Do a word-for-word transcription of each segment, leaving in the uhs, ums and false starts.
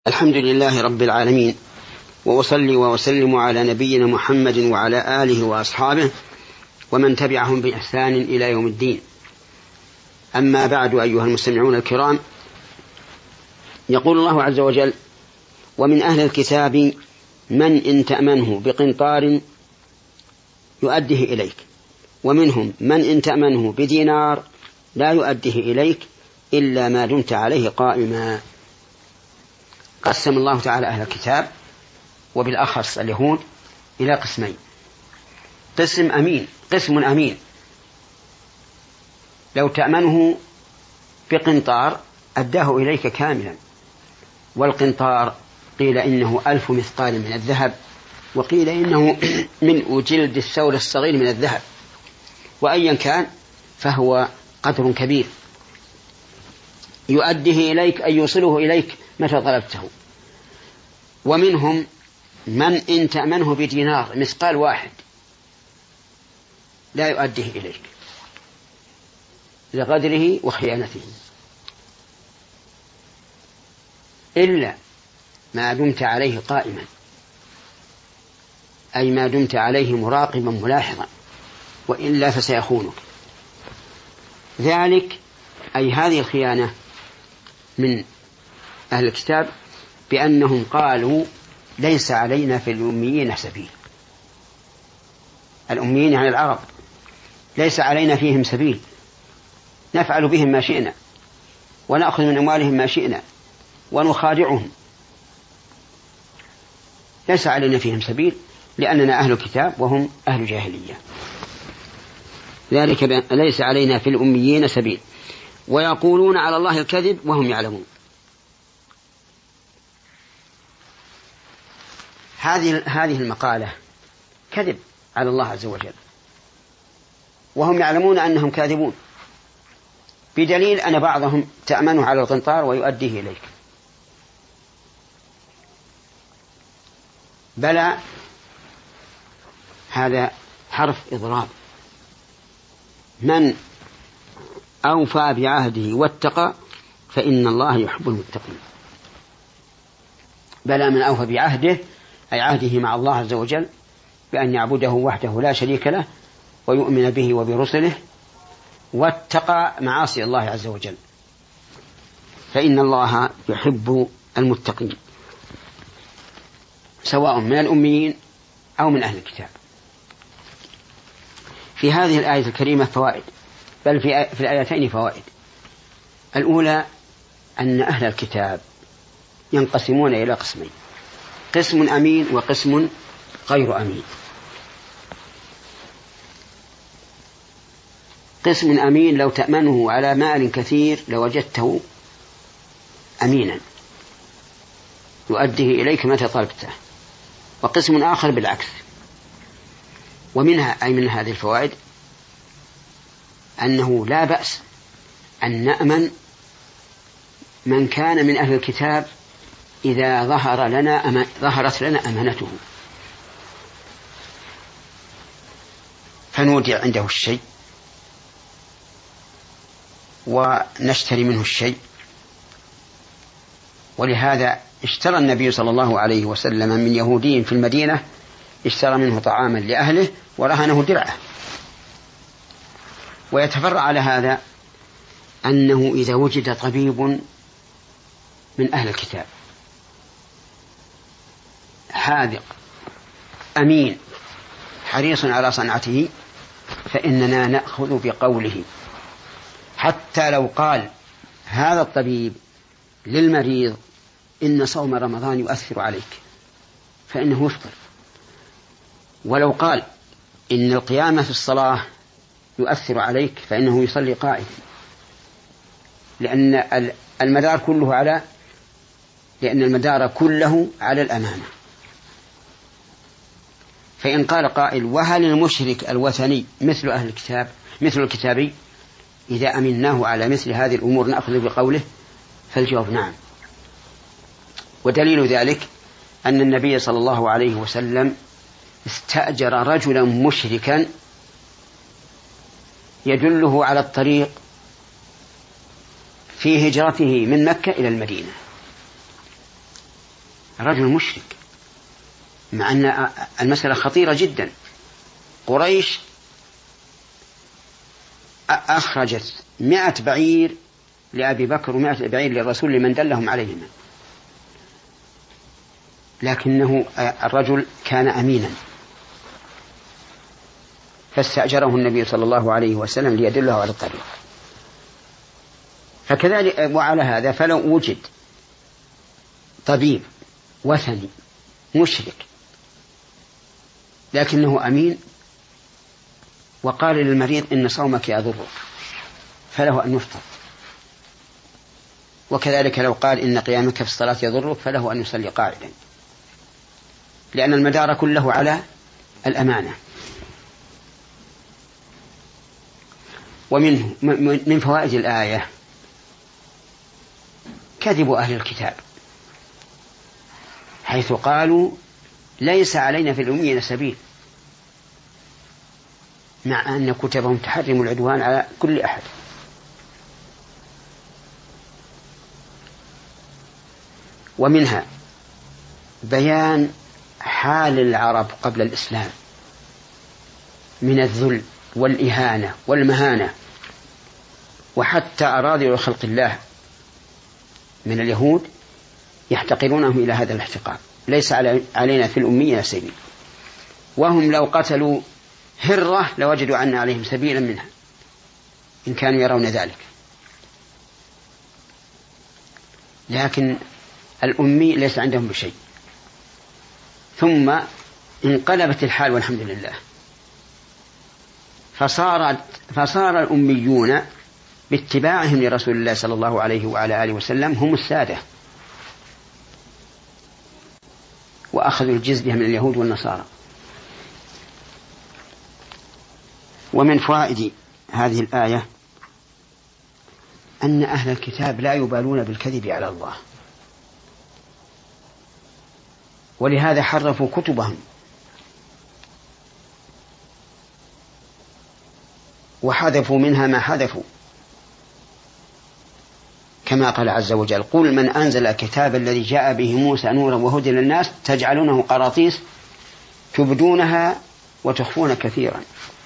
الحمد لله رب العالمين، وأصلي وأسلم على نبينا محمد وعلى آله وأصحابه ومن تبعهم بإحسان إلى يوم الدين. أما بعد، أيها المستمعون الكرام، يقول الله عز وجل: ومن أهل الكتاب من إن تأمنه بقنطار يؤديه إليك، ومنهم من إن تأمنه بدينار لا يؤديه إليك إلا ما دمت عليه قائما. قسم الله تعالى أهل الكتاب وبالأخص اليهود إلى قسمين: قسم أمين قسم أمين لو تأمنه بقنطار أداه إليك كاملا، والقنطار قيل إنه ألف مثقال من الذهب، وقيل إنه ملء جلد الثور الصغير من الذهب، وأيا كان فهو قدر كبير يؤديه إليك أي يوصله إليك متى طلبته. ومنهم من إن تأمنه بدينار مثقال واحد لا يؤديه إليك لغدره وخيانته إلا ما دمت عليه قائما، أي ما دمت عليه مراقبا ملاحظا، وإلا فسيخونك. ذلك أي هذه الخيانة من أهل الكتاب بأنهم قالوا: ليس علينا في الأميين سبيل. الأميين يعني العرب، ليس علينا فيهم سبيل، نفعل بهم ما شئنا ونأخذ من أموالهم ما شئنا ونخادعهم، ليس علينا فيهم سبيل لأننا أهل الكتاب وهم أهل جاهلية. ذلك ليس علينا في الأميين سبيل ويقولون على الله الكذب وهم يعلمون. هذه هذه المقالة كذب على الله عز وجل، وهم يعلمون أنهم كاذبون، بدليل أن بعضهم تأمنه على القنطار ويؤديه إليك. بلى، هذا حرف إضراب. من أوفى بعهده واتقى فإن الله يحب المتقين. بلى، من أوفى بعهده أي عهده مع الله عز وجل بأن يعبده وحده لا شريك له ويؤمن به وبرسله، واتقى معاصي الله عز وجل، فإن الله يحب المتقين، سواء من الأميين أو من أهل الكتاب. في هذه الآية الكريمة فوائد، بل في الآيتين فوائد. الأولى أن أهل الكتاب ينقسمون إلى قسمين: قسم أمين وقسم غير أمين. قسم أمين لو تأمنه على مال كثير لوجدته أمينا يؤديه إليك متى طلبته. وقسم آخر بالعكس. ومنها أي من هذه الفوائد أنه لا بأس أن نأمن من كان من أهل الكتاب إذا ظهر لنا أم... ظهرت لنا أمانته، فنودع عنده الشيء ونشتري منه الشيء. ولهذا اشترى النبي صلى الله عليه وسلم من يهودي في المدينة، اشترى منه طعاما لأهله ورهنه درعه. ويتفرع على هذا أنه إذا وجد طبيب من أهل الكتاب حاذق أمين حريص على صنعته فإننا نأخذ بقوله، حتى لو قال هذا الطبيب للمريض إن صوم رمضان يؤثر عليك فإنه يفطر، ولو قال إن القيام في الصلاة يؤثر عليك فإنه يصلي قائدا، لأن المدار كله على لأن المدار كله على الأمانة. فإن قال قائل: وهل المشرك الوثني مثل أهل الكتاب مثل الكتابي إذا أمناه على مثل هذه الأمور نأخذ بقوله؟ فالجواب نعم. ودليل ذلك أن النبي صلى الله عليه وسلم استأجر رجلا مشركا يدله على الطريق في هجرته من مكة إلى المدينة، رجل مشرك، مع أن المسألة خطيرة جدا. قريش أخرجت مئة بعير لأبي بكر ومئة بعير للرسول لمن دلهم عليهما، لكنه الرجل كان أمينا فاستأجره النبي صلى الله عليه وسلم ليدله على الطريق. فكذلك وعلى هذا فلو وجد طبيب وثني مشرك لكنه أمين وقال للمريض إن صومك يضرك فله أن يفطر، وكذلك لو قال إن قيامك في الصلاة يضرك فله أن يصلي قاعدا، لأن المدار كله على الأمانة. ومنه من فوائد الآية كذب أهل الكتاب، حيث قالوا ليس علينا في الأميين سبيل، مع أن كتبهم تحرم العدوان على كل أحد. ومنها بيان حال العرب قبل الإسلام من الذل والإهانة والمهانة، وحتى أراذل خلق الله من اليهود يحتقرونهم إلى هذا الاحتقار. ليس علينا في الأميين سبيل، وهم لو قتلوا هرة لوجدوا عنا عليهم سبيلا منها إن كانوا يرون ذلك. لكن الأمي ليس عندهم بشيء. ثم انقلبت الحال والحمد لله، فصارت فصار الأميون باتباعهم لرسول الله صلى الله عليه وعلى آله وسلم هم السادة، وأخذوا الجزية من اليهود والنصارى. ومن فوائد هذه الآية أن أهل الكتاب لا يبالون بالكذب على الله، ولهذا حرفوا كتبهم وحذفوا منها ما حذفوا، كما قال عز وجل قل من أنزل الكتاب الذي جاء به موسى نورا وهدى للناس تجعلونه قراطيس تبدونها وتخفون كثيرا.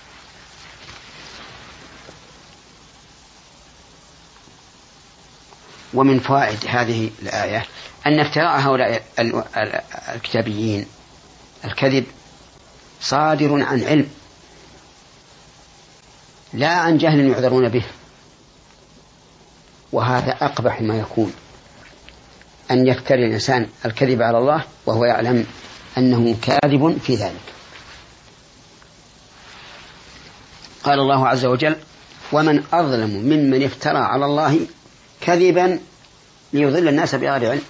ومن فوائد هذه الآية أن افتراء هؤلاء الكتابيين الكذب صادر عن علم لا عن جهل يعذرون به، وهذا أقبح ما يكون، أن يفتري الإنسان الكذب على الله وهو يعلم أنه كاذب في ذلك. قال الله عز وجل ومن أظلم ممن افترى على الله كذبا ليضل الناس بغير علم.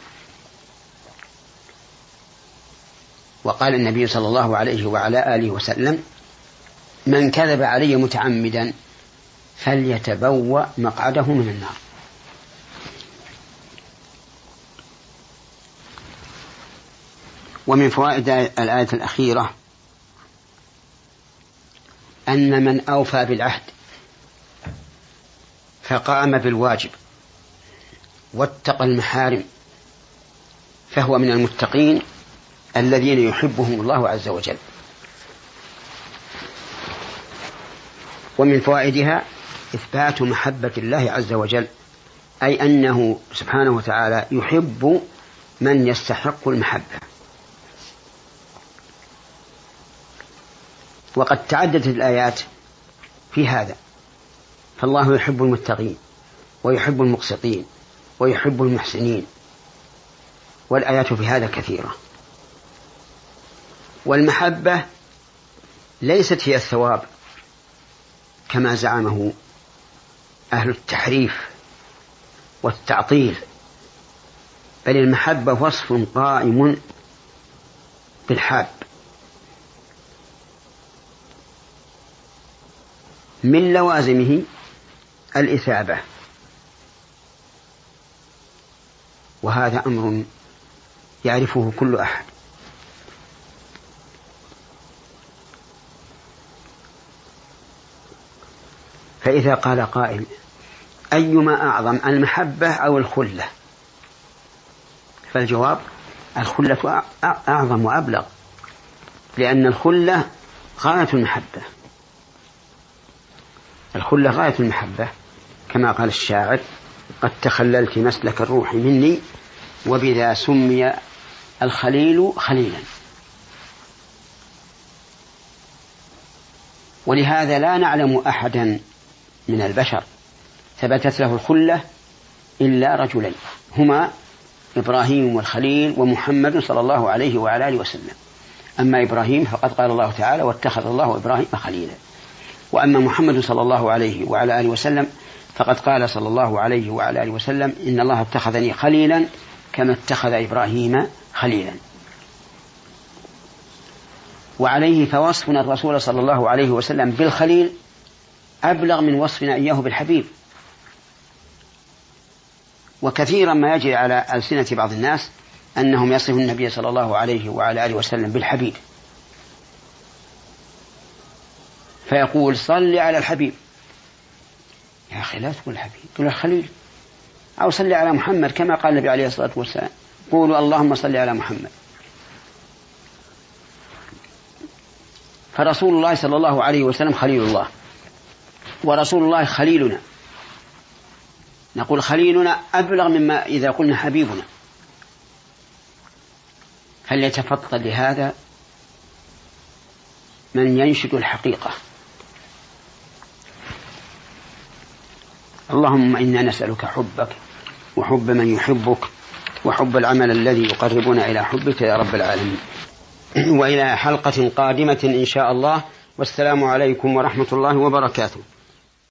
وقال النبي صلى الله عليه وعلى آله وسلم من كذب علي متعمدا فليتبوأ مقعده من النار. ومن فوائد الآية الأخيرة أن من أوفى بالعهد فقام بالواجب واتقى المحارم فهو من المتقين الذين يحبهم الله عز وجل. ومن فوائدها إثبات محبة الله عز وجل، أي أنه سبحانه وتعالى يحب من يستحق المحبة. وقد تعددت الآيات في هذا، فالله يحب المتقين ويحب المقسطين ويحب المحسنين، والآيات في هذا كثيرة. والمحبة ليست هي الثواب كما زعمه أهل التحريف والتعطيل، بل المحبة وصف قائم بالحاب، من لوازمه الإثابة، وهذا أمر يعرفه كل أحد. فإذا قال قائل أيما أعظم المحبة أو الخلة، فالجواب الخلة أعظم وأبلغ، لأن الخلة غاية المحبة، الخلة غاية المحبة، كما قال الشاعر: قد تخللت مسلك الروح مني وبذا سمي الخليل خليلا. ولهذا لا نعلم أحدا من البشر ثبتت له الخلة إلا رجلين، هما إبراهيم والخليل ومحمد صلى الله عليه وعلى آله وسلم. أما إبراهيم فقد قال الله تعالى: واتخذ الله إبراهيم خليلا. وأما محمد صلى الله عليه وعلى آله وسلم فقد قال صلى الله عليه وعلى آله وسلم: إن الله اتخذني خليلا كما اتخذ إبراهيم خليلا. وعليه فوصفنا الرسول صلى الله عليه وسلم بالخليل أبلغ من وصفنا إياه بالحبيب. وكثيرا ما يجري على ألسنة بعض الناس أنهم يصفون النبي صلى الله عليه وعلى آله وسلم بالحبيب، فيقول: صل على الحبيب. يا أخي لا تقول الحبيب، تقول الخليل، أو صل على محمد كما قال النبي عليه الصلاة والسلام: قولوا اللهم صل على محمد. فرسول الله صلى الله عليه وسلم خليل الله، ورسول الله خليلنا. نقول خليلنا أبلغ مما إذا قلنا حبيبنا. فليتفضل لهذا من ينشد الحقيقة. اللهم إنا نسألك حبك وحب من يحبك وحب العمل الذي يقربنا إلى حبك يا رب العالمين. وإلى حلقة قادمة إن شاء الله، والسلام عليكم ورحمة الله وبركاته.